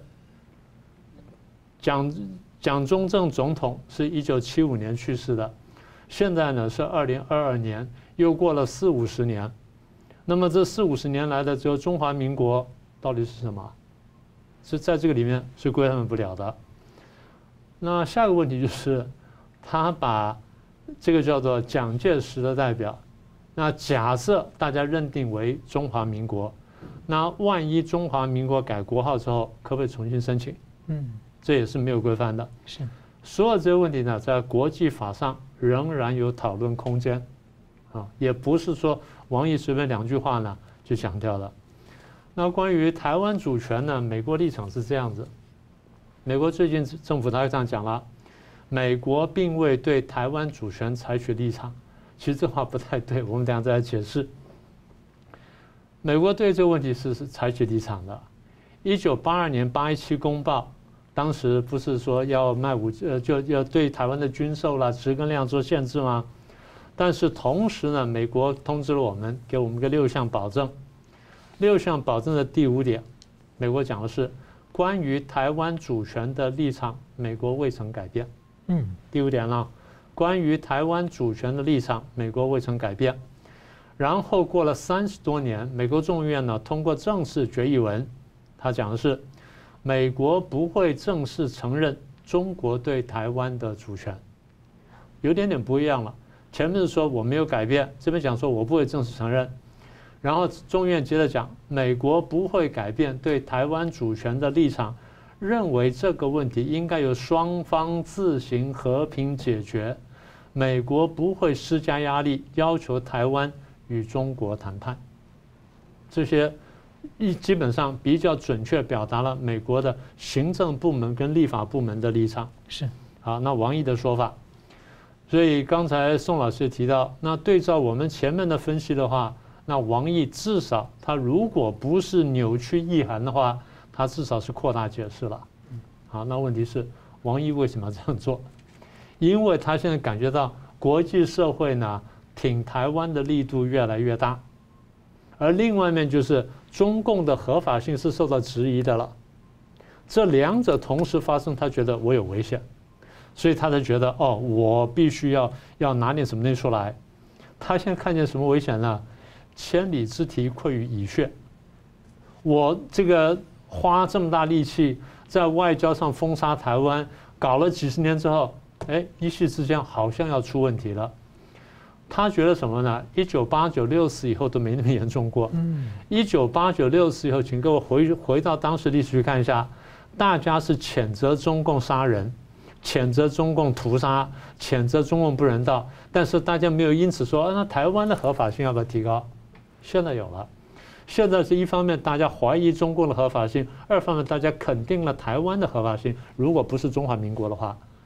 蒋中正总统是1975年去世的，现在呢是2022年，又过了40-50年。那么这40-50年来的只有中华民国到底是什么？是在这个里面是规范不了的。那下个问题就是，他把这个叫做蒋介石的代表，那假设大家认定为中华民国，那万一中华民国改国号之后，可不可以重新申请？这也是没有规范的。 是， 所有这些问题呢，在国际法上仍然有讨论空间，也不是说王毅随便2句话呢就讲掉了。那关于台湾主权呢，美国立场是这样子。美国最近政府他这样讲了，美国并未对台湾主权采取立场。其实这话不太对，我们等一下再来解释。美国对这个问题是采取立场的。1982年817公报。当时不是说要卖武器，就要对台湾的军售啦、质跟量做限制吗？但是同时呢，美国通知了我们，给我们个6项保证。6项保证的第5点，美国讲的是关于台湾主权的立场，美国未曾改变。第5点了，关于台湾主权的立场，美国未曾改变。然后过了30多年，美国众议院呢通过正式决议文，他讲的是。美国不会正式承认中国对台湾的主权，有点不一样了。前面是说我没有改变，这边讲说我不会正式承认，然后众议院接着讲，美国不会改变对台湾主权的立场，认为这个问题应该由双方自行和平解决，美国不会施加压力要求台湾与中国谈判。这些基本上比较准确表达了美国的行政部门跟立法部门的立场。 是， 好，那王毅的说法。所以刚才宋老师也提到，那对照我们前面的分析的话，那王毅至少他如果不是扭曲意涵的话，他至少是扩大解释了。好，那问题是王毅为什么要这样做？因为他现在感觉到国际社会呢挺台湾的力度越来越大，而另外一面就是中共的合法性是受到质疑的了。这2者同时发生，他觉得我有危险，所以他才觉得哦，我必须要拿点什么东西出来。他现在看见什么危险呢？千里之堤溃于蚁穴。我这个花这么大力气在外交上封杀台湾，搞了几十年之后，一夕之间好像要出问题了。他觉得什么呢？1989、64以后都没那么严重过。1989、64以后，请各位回到当时历史去看一下，大家是谴责中共杀人，谴责中共屠杀，谴责中共不人道，但是大家没有因此说，那台湾的合法性要不要提高？现在有了。现在是一方面大家怀疑中共的合法性，二方面大家肯定了台湾的合法性。如果不是中华民国的话，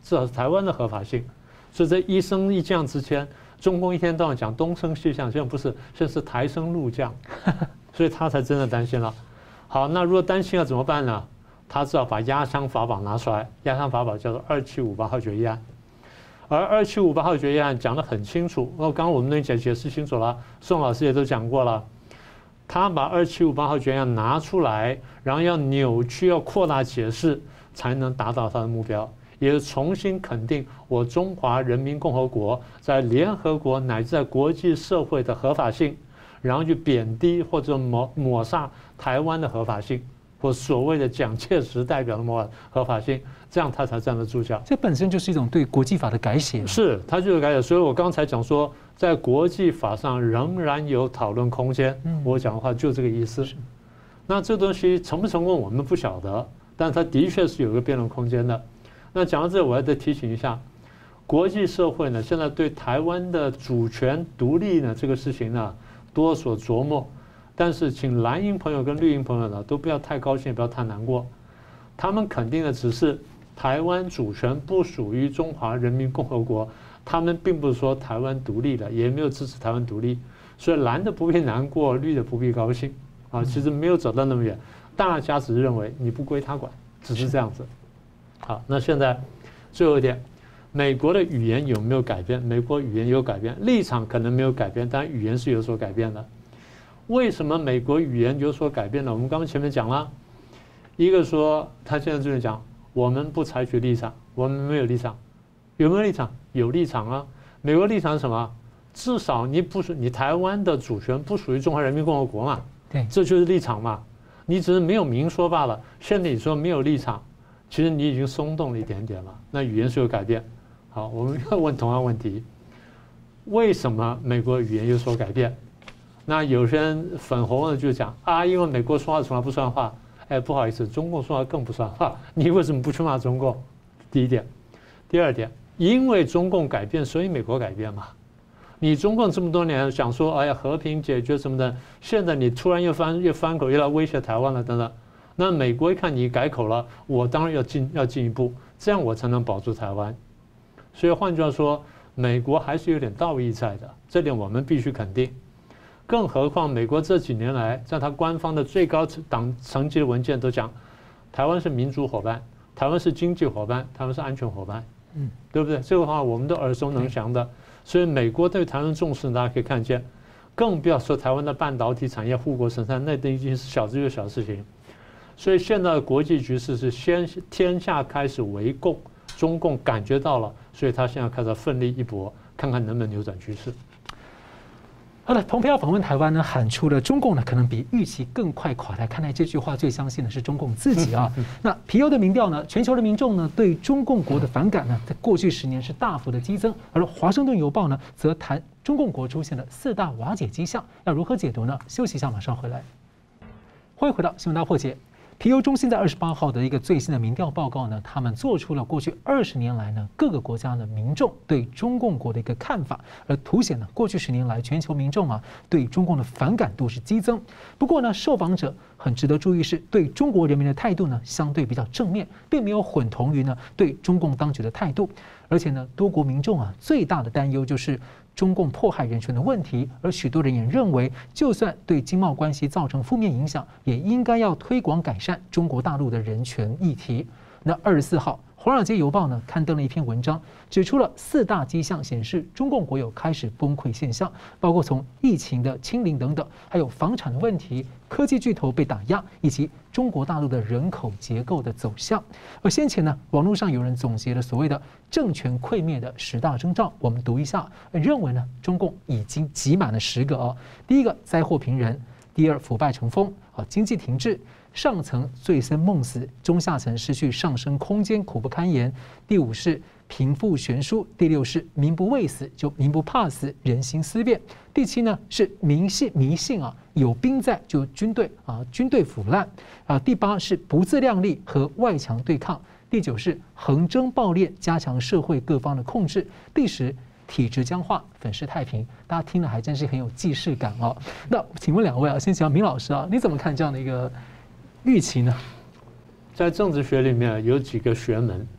至少是台湾的合法性。所以在一升一降之间，中共一天到晚讲东升西降，现在不是，现在是台升陆降，所以他才真的担心了。好，那如果担心了怎么办呢？他只好把压箱法宝拿出来，压箱法宝叫做2758号决议案。而2758号决议案讲得很清楚，刚刚我们都解释清楚了，宋老师也都讲过了。他把2758号决议案拿出来，然后要扭曲、要扩大解释，才能达到他的目标，也是重新肯定我中华人民共和国在联合国乃至在国际社会的合法性，然后去贬低或者抹煞台湾的合法性，或所谓的蒋介石代表的合法性，这样他才站得住脚。 这本身就是一种对国际法的改写。 是，他就是改写。所以我刚才讲说，在国际法上仍然有讨论空间。我讲的话就这个意思。那这东西成不成功，我们不晓得，但它的确是有一个辩论空间的。那讲到这，我还得提醒一下，国际社会呢，现在对台湾的主权独立呢这个事情呢多所琢磨。但是，请蓝营朋友跟绿营朋友呢，都不要太高兴，不要太难过。他们肯定的只是台湾主权不属于中华人民共和国，他们并不是说台湾独立了，也没有支持台湾独立。所以蓝的不必难过，绿的不必高兴啊。其实没有走到那么远，大家只是认为你不归他管，只是这样子。好，那现在最后一点，美国的语言有没有改变？美国语言有改变，立场可能没有改变，但语言是有所改变的。为什么美国语言有所改变呢？我们刚刚前面讲了，一个说他现在就是讲我们不采取立场，我们没有立场，有没有立场？有立场啊！美国立场是什么？至少你台湾的主权不属于中华人民共和国嘛， 对， 这就是立场嘛。你只是没有明说罢了。现在你说没有立场，其实你已经松动了一点点了。那语言是有改变。好，我们要问同样问题：为什么美国语言有所改变？那有些人粉红的就讲啊，因为美国说话从来不算话。哎，不好意思，中共说话更不算话。你为什么不去骂中共？第一点，第二点，因为中共改变，所以美国改变嘛。你中共这么多年想说，哎呀，和平解决什么的，现在你突然又翻口，又来威胁台湾了，等等。那美国一看你改口了，我当然要进一步，这样我才能保住台湾。所以换句话说，美国还是有点道义在的，这点我们必须肯定。更何况，美国这几年来，在他官方的最高层级的文件都讲，台湾是民主伙伴，台湾是经济伙伴，台湾是安全伙伴，对不对？这个话我们都耳熟能详的。所以美国对台湾重视，大家可以看见，更不要说台湾的半导体产业护国神山，那都已经是小之又小的事情。所以现在的国际局势是天下开始围共，中共感觉到了，所以他现在开始奋力一搏，看看能不能扭转局势。 好了，蓬佩奥访问台湾呢，喊出了中共呢可能比预期更快垮台。看来这句话最相信的是中共自己啊。那皮尤的民调呢，全球的民众呢对中共国的反感呢，在过去10年是大幅的激增，而华盛顿邮报呢则谈中共国出现了4大瓦解迹象，要如何解读呢？休息一下，马上回来。欢迎回到新闻大破解。皮尤中心在28号的一个最新的民调报告呢，他们做出了过去20年来呢各个国家的民众对中共国的一个看法，而凸显呢过去10年来全球民众对中共的反感度是激增。不过呢，受访者很值得注意是对中国人民的态度呢相对比较正面，并没有混同于呢对中共当局的态度。而且呢，多国民众最大的担忧就是中共迫害人权的问题，而许多人也认为，就算对经贸关系造成负面影响，也应该要推广改善中国大陆的人权议题。那24号，《华尔街邮报》呢刊登了一篇文章，指出了4大迹象显示中共国有开始崩溃现象，包括从疫情的清零等等，还有房产的问题、科技巨头被打压，以及中国大陆的人口结构的走向。而先前呢，网络上有人总结了所谓的政权溃灭的10大征兆，我们读一下，认为呢，中共已经挤满了10个第一个，灾祸频仍；第二，腐败成风；经济停滞。上层醉生梦死，中下层失去上升空间，苦不堪言。第5是贫富悬殊，第6是民不畏死，就民不怕死，人心思变。第7呢是迷信有兵在就军队腐烂第8是不自量力和外强对抗。第9是横征暴敛，加强社会各方的控制。第10。体制僵化，粉饰太平，大家听了还真是很有既视感那请问2位先请明老师你怎么看这样的一个预期呢？ 在政治学里面有几个学门，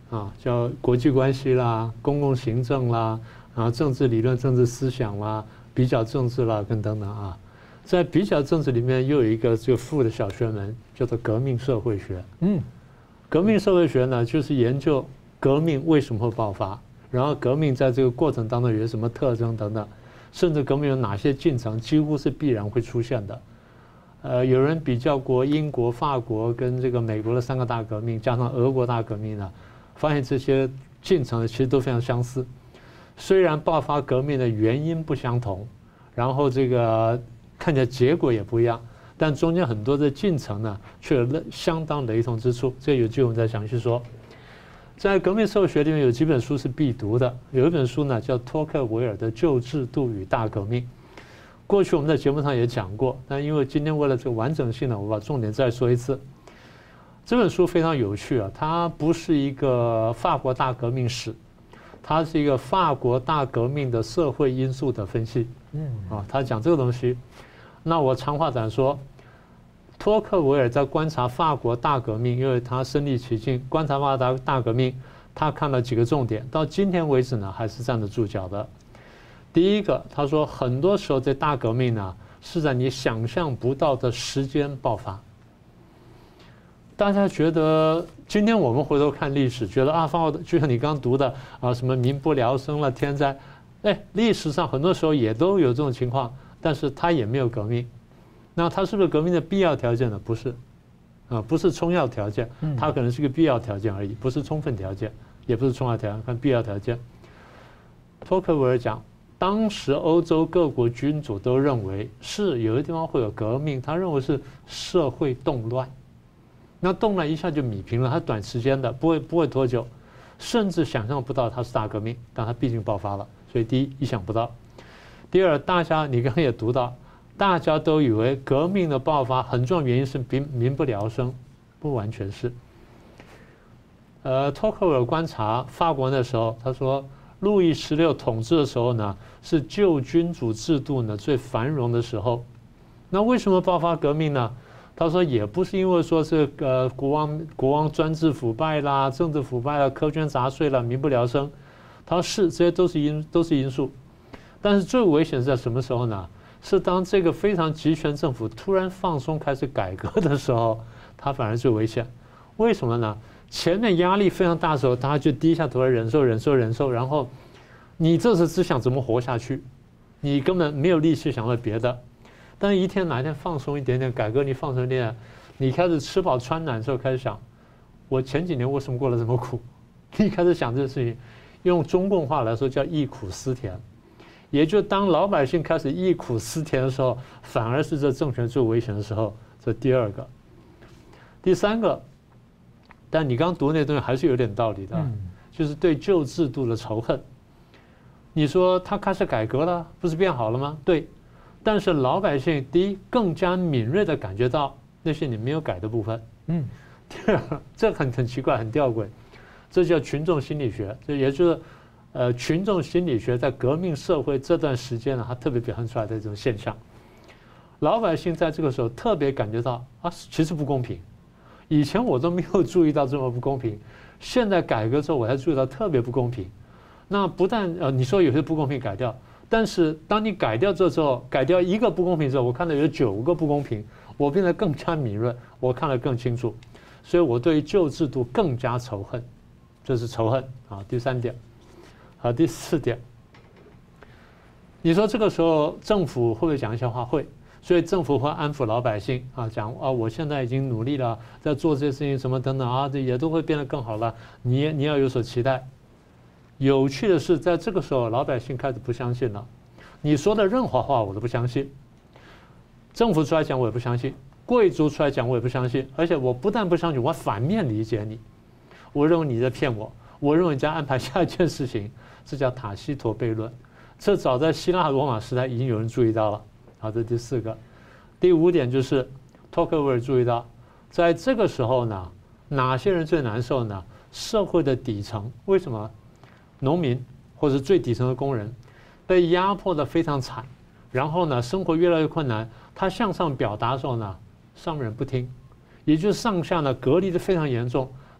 啊，叫国际关系啦、公共行政啦、政治理论、政治思想啦、比较政治啦跟等等啊。在比较政治里面又有一个这个副的小学门，叫做革命社会学。革命社会学呢，就是研究革命为什么会爆发，然后革命在这个过程当中有什么特征等等，甚至革命有哪些进程几乎是必然会出现的。有人比较过英国、法国跟这个美国的3个大革命，加上俄国大革命呢，发现这些进程其实都非常相似。虽然爆发革命的原因不相同，然后这个看起来结果也不一样，但中间很多的进程呢，却有相当雷同之处。这有机会我们再详细说。在革命社会学里面有几本书是必读的，有一本书呢叫托克维尔的《旧制度与大革命》。过去我们在节目上也讲过，但因为今天为了这个完整性呢，我把重点再说一次。这本书非常有趣啊，它不是一个法国大革命史，它是一个法国大革命的社会因素的分析。他讲这个东西。那我长话短说，托克维尔在观察法国大革命，因为他身历其境，观察法国大革命，他看了几个重点，到今天为止呢，还是站得住脚的。第一个，他说很多时候这大革命呢是在你想象不到的时间爆发。大家觉得今天我们回头看历史，觉得法国就像你刚读的什么民不聊生了、天灾，历史上很多时候也都有这种情况，但是它也没有革命。那它是不是革命的必要条件呢？不是，不是充要条件，它可能是个必要条件而已，不是充分条件，也不是充要条件，看必要条件。托克维尔讲，当时欧洲各国君主都认为是有的地方会有革命，他认为是社会动乱。那动乱一下就弭平了，它短时间的，不会多久，甚至想象不到它是大革命，但它毕竟爆发了。所以第一，意想不到；第二，你刚刚也读到，大家都以为革命的爆发很重要原因是民不聊生，不完全是。托克维尔观察法国那时候，他说路易16统治的时候呢，是旧君主制度呢最繁荣的时候。那为什么爆发革命呢？他说也不是因为说是国王专制腐败啦、政治腐败啦、苛捐杂税啦、民不聊生。他说这些都是因素，但是最危险是在什么时候呢？是当这个非常集权政府突然放松开始改革的时候，它反而最危险。为什么呢？前面压力非常大的时候，大家就低下头来忍受，然后你这时只想怎么活下去，你根本没有力气想到别的。但是哪一天放松一点点，改革你放松一点，你开始吃饱穿暖的时候，开始想，我前几年为什么过得这么苦？你开始想这个事情，用中共话来说叫忆苦思甜。也就当老百姓开始忆苦思甜的时候，反而是这政权最危险的时候。这第二个，第三个，但你刚读那东西还是有点道理的，就是对旧制度的仇恨。你说他开始改革了，不是变好了吗？对。但是老百姓第一更加敏锐地感觉到那些你没有改的部分，第二，这很奇怪，很吊诡，这叫群众心理学，这也就是群众心理学在革命社会这段时间呢，它特别表现出来的这种现象。老百姓在这个时候特别感觉到其实不公平，以前我都没有注意到这么不公平，现在改革之后我才注意到特别不公平。那不但你说有些不公平改掉。但是当你改掉这之后，改掉一个不公平之后，我看到有9个不公平，我变得更加敏锐，我看得更清楚，所以我对于旧制度更加仇恨，这是仇恨啊。第三点，第四点，你说这个时候政府会不会讲一些话？会，所以政府会安抚老百姓讲我现在已经努力了，在做这些事情什么等等这也都会变得更好了，你要有所期待。有趣的是，在这个时候，老百姓开始不相信了。你说的任何话，我都不相信。政府出来讲，我也不相信；贵族出来讲，我也不相信。而且我不但不相信，我反面理解你。我认为你在骗我，我认为你在安排下一件事情，这叫塔西佗悖论。这早在希腊罗马时代已经有人注意到了。好，这第4个。第5点就是托克维尔注意到，在这个时候呢，哪些人最难受呢？社会的底层。为什么？农民或者最底层的工人被压迫得非常惨，然后呢，生活越来越困难。他向上表达的时候呢，上面人不听，也就是上下呢隔离得非常严重。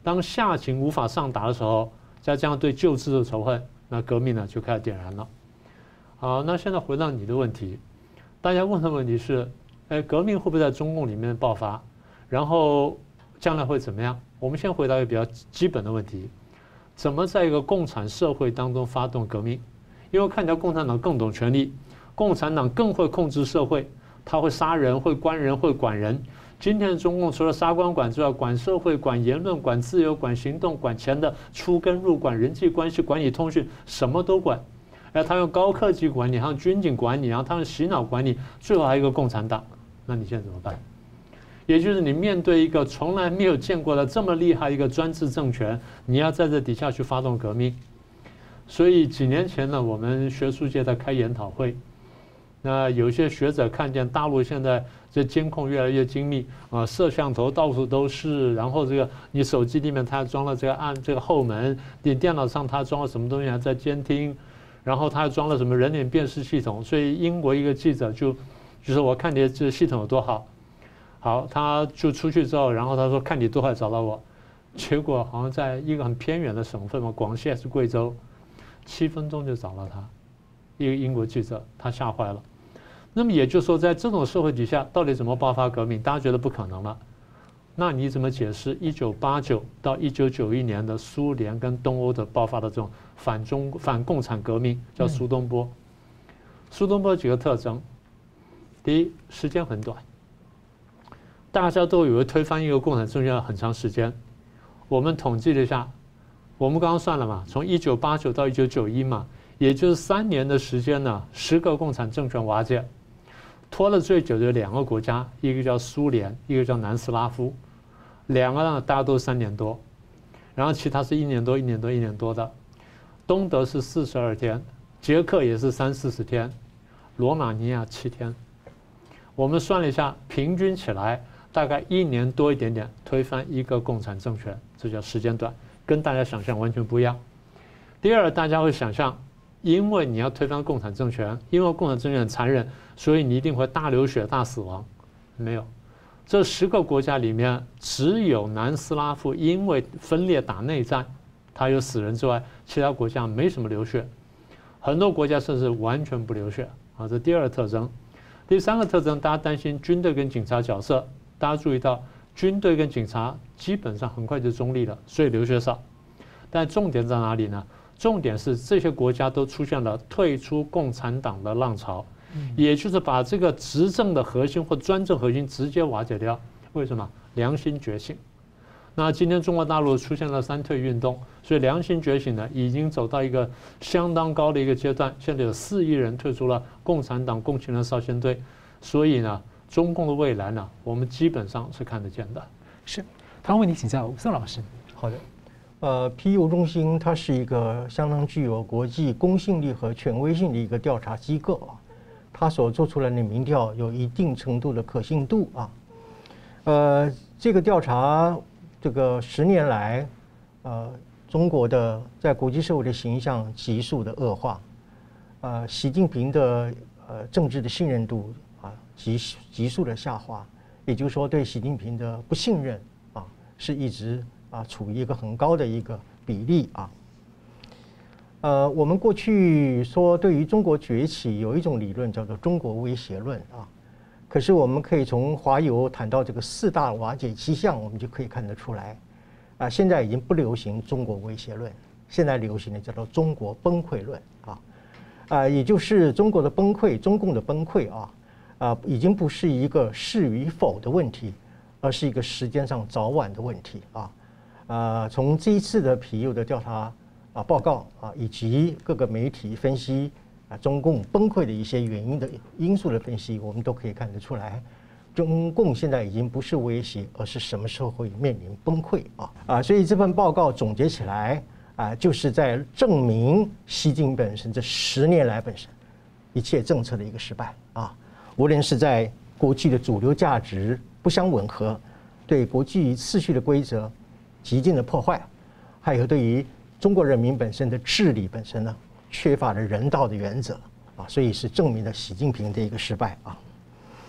当下情无法上达的时候，再加上对旧制的仇恨，那革命呢就开始点燃了。好，那现在回到你的问题，大家问的问题是，革命会不会在中共里面爆发？然后将来会怎么样？我们先回答一个比较基本的问题：怎么在一个共产社会当中发动革命？因为看起来共产党更懂权力，共产党更会控制社会，他会杀人、会关人、会管人。今天的中共除了杀光管之外，管社会、管言论、管自由、管行动、管钱的出跟入、管人际关系、管理通讯，什么都管。他用高科技管你，他用军警管你，然后他用洗脑管你，最后还有一个共产党。那你现在怎么办？也就是你面对一个从来没有见过的这么厉害一个专制政权，你要在这底下去发动革命。所以几年前呢，我们学术界在开研讨会，那有些学者看见大陆现在这监控越来越精密啊，摄像头到处都是，然后这个你手机里面它装了这个按这个后门，你电脑上它装了什么东西还在监听，然后它还装了什么人脸辨识系统。所以英国一个记者就说我看你这系统有多好。好，他就出去之后，然后他说看你多快找到我，结果好像在一个很偏远的省份嘛，广西还是贵州，7分钟就找到他，一个英国记者，他吓坏了。那么也就是说，在这种社会底下，到底怎么爆发革命？大家觉得不可能了，那你怎么解释1989到1991年的苏联跟东欧的爆发的这种反共产革命，叫苏东波？苏东波有几个特征：第一，时间很短。大家都以为推翻一个共产政权要很长时间，我们统计了一下，我们刚刚算了嘛，从1989到1991嘛，也就是3年的时间呢，10个共产政权瓦解，拖了最久的2个国家，一个叫苏联，一个叫南斯拉夫，2个呢大家都3年多，然后其他是1年多、1年多、1年多的，东德是42天，捷克也是30-40天，罗马尼亚7天，我们算了一下，平均起来大概1年多一点点推翻一个共产政权，这叫时间短，跟大家想象完全不一样。第二，大家会想象，因为你要推翻共产政权，因为共产政权很残忍，所以你一定会大流血、大死亡。没有，这10个国家里面，只有南斯拉夫因为分裂打内战，它有死人之外，其他国家没什么流血，很多国家甚至完全不流血啊。这第2个特征。第3个特征，大家担心军队跟警察角色。大家注意到，军队跟警察基本上很快就中立了，所以流血少。但重点在哪里呢？重点是这些国家都出现了退出共产党的浪潮，也就是把这个执政的核心或专政核心直接瓦解掉。为什么？良心觉醒。那今天中国大陆出现了3退运动，所以良心觉醒呢，已经走到一个相当高的一个阶段。现在有4亿人退出了共产党共青团少先队，所以呢，中共的未来呢，我们基本上是看得见的。 是，他问你请教吴松老师。 好的，皮尤中心它是一个相当具有国际公信力和权威性的一个调查机构啊，它所做出来的民调有一定程度的可信度啊。这个调查这个10年来，中国的在国际社会的形象急速的恶化，习近平的政治的信任度急速的下滑，也就是说对习近平的不信任是一直处于一个很高的一个比例啊。我们过去说对于中国崛起有一种理论叫做中国威胁论啊，可是我们可以从华友谈到这个4大瓦解迹象，我们就可以看得出来现在已经不流行中国威胁论，现在流行的叫做中国崩溃论也就是中国的崩溃，中共的崩溃已经不是一个是与否的问题，而是一个时间上早晚的问题从这一次的皮尤的调查报告以及各个媒体分析中共崩溃的一些原因的因素的分析，我们都可以看得出来，中共现在已经不是威胁，而是什么时候会面临崩溃所以这份报告总结起来就是在证明习近平本身这10年来本身一切政策的一个失败无论是在国际的主流价值不相吻合，对国际秩序的规则极尽的破坏，还有对于中国人民本身的治理本身呢，缺乏了人道的原则所以是证明了习近平的一个失败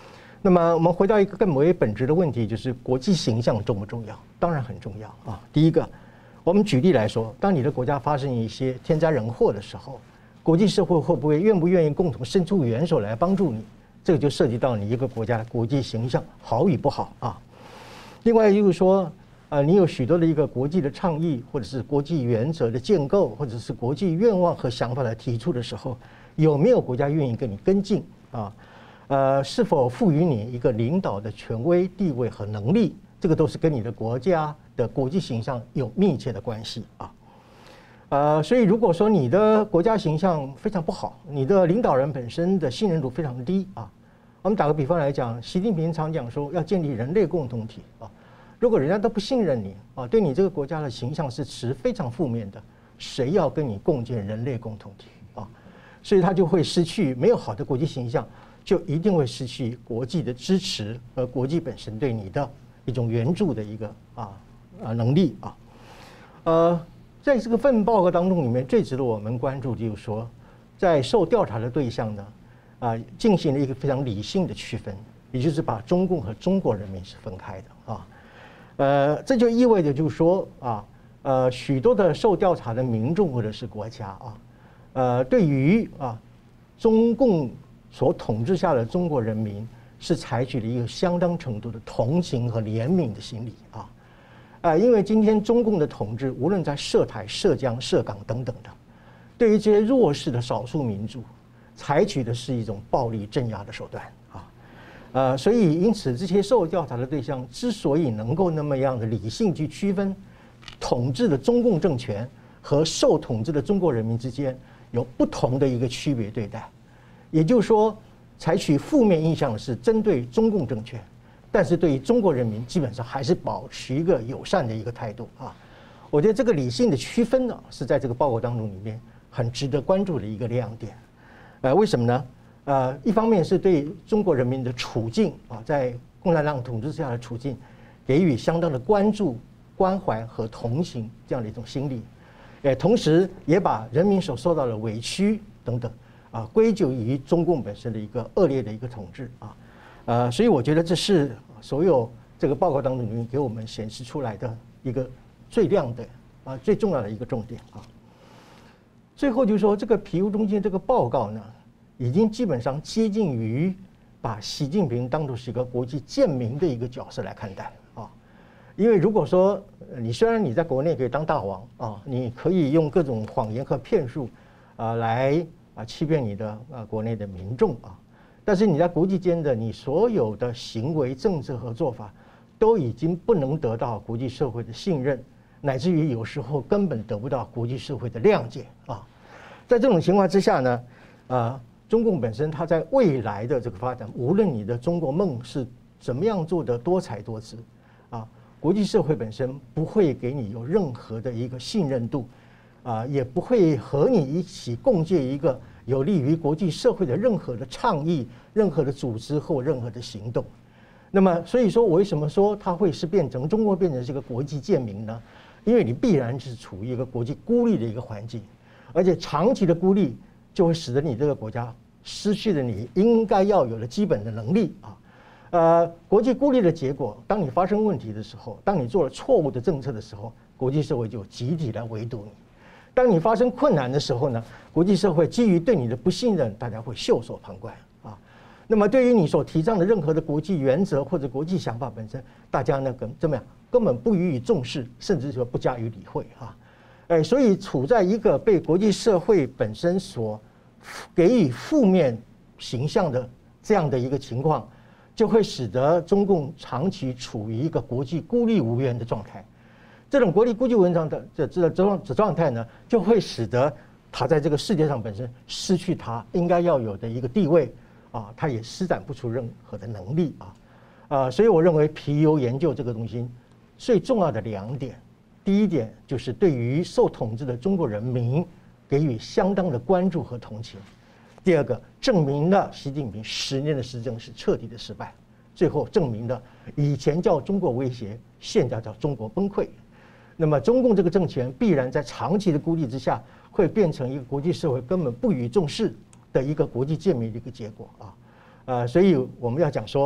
那么我们回到一个更为本质的问题，就是国际形象重不重要？当然很重要啊。第一个，我们举例来说，当你的国家发生一些天灾人祸的时候，国际社会会不会愿不愿意共同伸出援手来帮助你？这个就涉及到你一个国家的国际形象好与不好啊。另外就是说，你有许多的一个国际的倡议，或者是国际原则的建构，或者是国际愿望和想法来提出的时候，有没有国家愿意跟你跟进啊？是否赋予你一个领导的权威地位和能力？这个都是跟你的国家的国际形象有密切的关系啊。所以如果说你的国家形象非常不好，你的领导人本身的信任度非常低啊。我们打个比方来讲，习近平常讲说要建立人类共同体啊。如果人家都不信任你啊，对你这个国家的形象是持非常负面的，谁要跟你共建人类共同体啊？所以他就会失去，没有好的国际形象，就一定会失去国际的支持和国际本身对你的一种援助的一个能力啊。在这个份报告当中里面，最值得我们关注就是说，在受调查的对象呢，进行了一个非常理性的区分，也就是把中共和中国人民是分开的啊。这就意味着就是说许多的受调查的民众或者是国家对于中共所统治下的中国人民是采取了一个相当程度的同情和怜悯的心理因为今天中共的统治，无论在涉台、涉疆、涉港等等的，对于这些弱势的少数民族，采取的是一种暴力镇压的手段所以因此这些受调查的对象之所以能够那么样的理性去区分统治的中共政权和受统治的中国人民之间有不同的一个区别对待，也就是说，采取负面印象的是针对中共政权，但是对于中国人民基本上还是保持一个友善的一个态度我觉得这个理性的区分呢，是在这个报告当中里面很值得关注的一个亮点。为什么呢？一方面是对中国人民的处境在共产党统治下的处境给予相当的关注、关怀和同情这样的一种心理，同时也把人民所受到的委屈等等归咎于中共本身的一个恶劣的一个统治所以我觉得这是所有这个报告当中里面给我们显示出来的一个最亮的最重要的一个重点最后就是说，这个皮尤中心这个报告呢，已经基本上接近于把习近平当作是一个国际贱民的一个角色来看待因为如果说你虽然你在国内可以当大王你可以用各种谎言和骗术来欺骗你的国内的民众但是你在国际间的你所有的行为、政策和做法，都已经不能得到国际社会的信任，乃至于有时候根本得不到国际社会的谅解在这种情况之下呢，中共本身它在未来的这个发展，无论你的中国梦是怎么样做的多彩多姿国际社会本身不会给你有任何的一个信任度也不会和你一起共建一个有利于国际社会的任何的倡议、任何的组织或任何的行动。那么，所以说我为什么说它会是中国变成这个国际贱民呢？因为你必然是处于一个国际孤立的一个环境，而且长期的孤立就会使得你这个国家失去了你应该要有的基本的能力国际孤立的结果，当你发生问题的时候，当你做了错误的政策的时候，国际社会就集体来围堵你。当你发生困难的时候呢，国际社会基于对你的不信任，大家会袖手旁观那么对于你所提倡的任何的国际原则或者国际想法本身，大家呢根本不予以重视，甚至说不加以理会所以处在一个被国际社会本身所给予负面形象的这样的一个情况，就会使得中共长期处于一个国际孤立无援的状态。这种国际孤立无援的状态呢，就会使得他在这个世界上本身失去他应该要有的一个地位他也施展不出任何的能力所以我认为皮尤研究这个东西最重要的2点，第一点就是对于受统治的中国人民给予相当的关注和同情；第二个，证明了习近平10年的施政是彻底的失败，最后证明了以前叫中国威胁，现在叫中国崩溃。那么中共这个政权必然在长期的孤立之下，会变成一个国际社会根本不予重视的一个国际贱民的一个结果所以我们要讲说，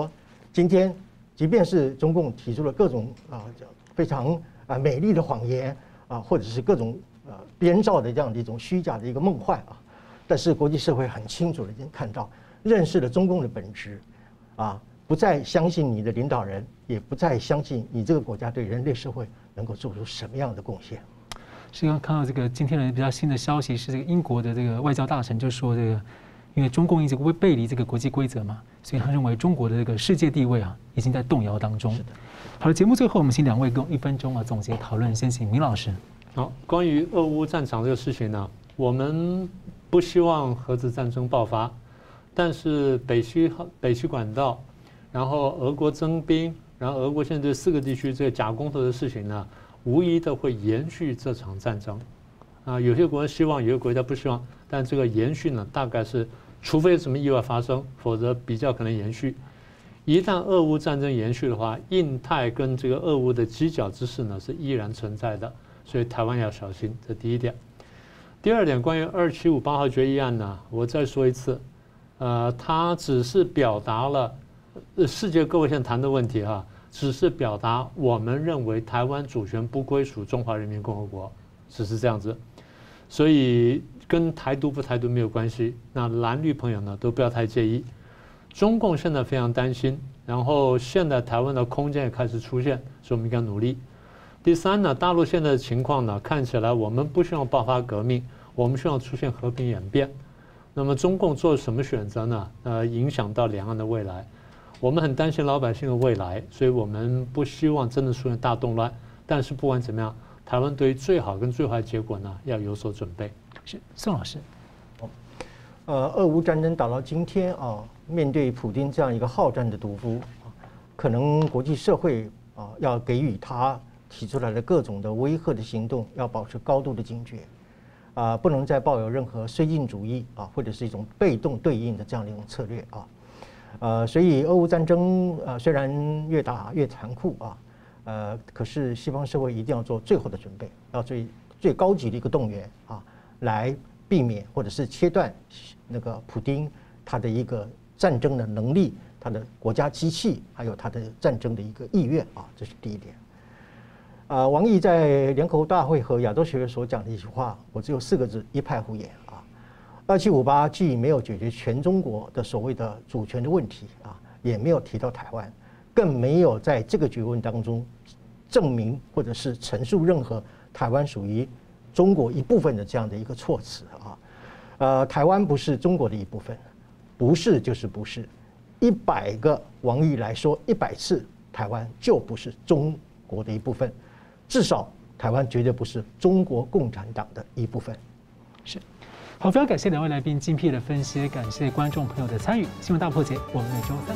今天即便是中共提出了各种非常美丽的谎言或者是各种编造的这样的一种虚假的一个梦幻但是国际社会很清楚的已经看到，认识了中共的本质不再相信你的领导人，也不再相信你这个国家对人类社会能够做出什么样的贡献。 是刚看到这个今天的比较新的消息，是这个英国的这个外交大臣就说这个，因为中共一直会背离这个国际规则嘛，所以他认为中国的这个世界地位已经在动摇当中。好了，节目最后我们请两位用1分钟总结讨论，先请明老师。 好，关于俄乌战场这个事情呢，我们不希望核子战争爆发，但是北溪管道，然后俄国增兵，然后俄国现在对4个地区这个假公投的事情呢，无疑的会延续这场战争。有些国家希望，有些国家不希望，但这个延续呢，大概是除非有什么意外发生，否则比较可能延续。一旦俄乌战争延续的话，印太跟这个俄乌的犄角之势呢是依然存在的，所以台湾要小心，这第一点。第二点，关于2758号决议案呢，我再说一次，它只是表达了世界各位现在谈的问题只是表达我们认为台湾主权不归属中华人民共和国，只是这样子，所以跟台独不台独没有关系。那蓝绿朋友呢都不要太介意。中共现在非常担心，然后现在台湾的空间也开始出现，所以我们应该努力。第三呢，大陆现在的情况呢，看起来我们不希望爆发革命，我们希望出现和平演变。那么中共做什么选择呢？影响到两岸的未来。我们很担心老百姓的未来，所以我们不希望真的出现大动乱。但是不管怎么样，台湾对于最好跟最坏的结果呢，要有所准备。 是宋老师。 俄乌战争打到今天面对普丁这样一个好战的毒夫，可能国际社会要给予他提出来的各种的威吓的行动，要保持高度的警觉，不能再抱有任何绥靖主义或者是一种被动对应的这样的一种策略所以俄乌战争虽然越打越残酷可是西方社会一定要做最后的准备，要最高级的一个动员来避免或者是切断那个普丁他的一个战争的能力，他的国家机器，还有他的战争的一个意愿这是第一点。王毅在联合国大会和亚洲学会所讲的一句话，我只有4个字：一派胡言2758既没有解决全中国的所谓的主权的问题也没有提到台湾，更没有在这个决议当中证明或者是陈述任何台湾属于中国一部分的这样的一个措辞台湾不是中国的一部分，不是就是不是。100个王毅来说100次，台湾就不是中国的一部分，至少台湾绝对不是中国共产党的一部分。 是。好，非常感谢两位来宾精辟的分析，感谢观众朋友的参与。新闻大破解，我们每周3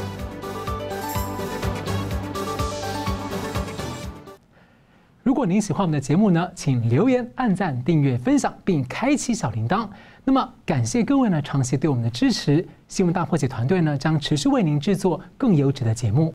见。如果您喜欢我们的节目呢，请留言、按赞、订阅、分享，并开启小铃铛。那么，感谢各位呢长期对我们的支持。新闻大破解团队呢将持续为您制作更优质的节目。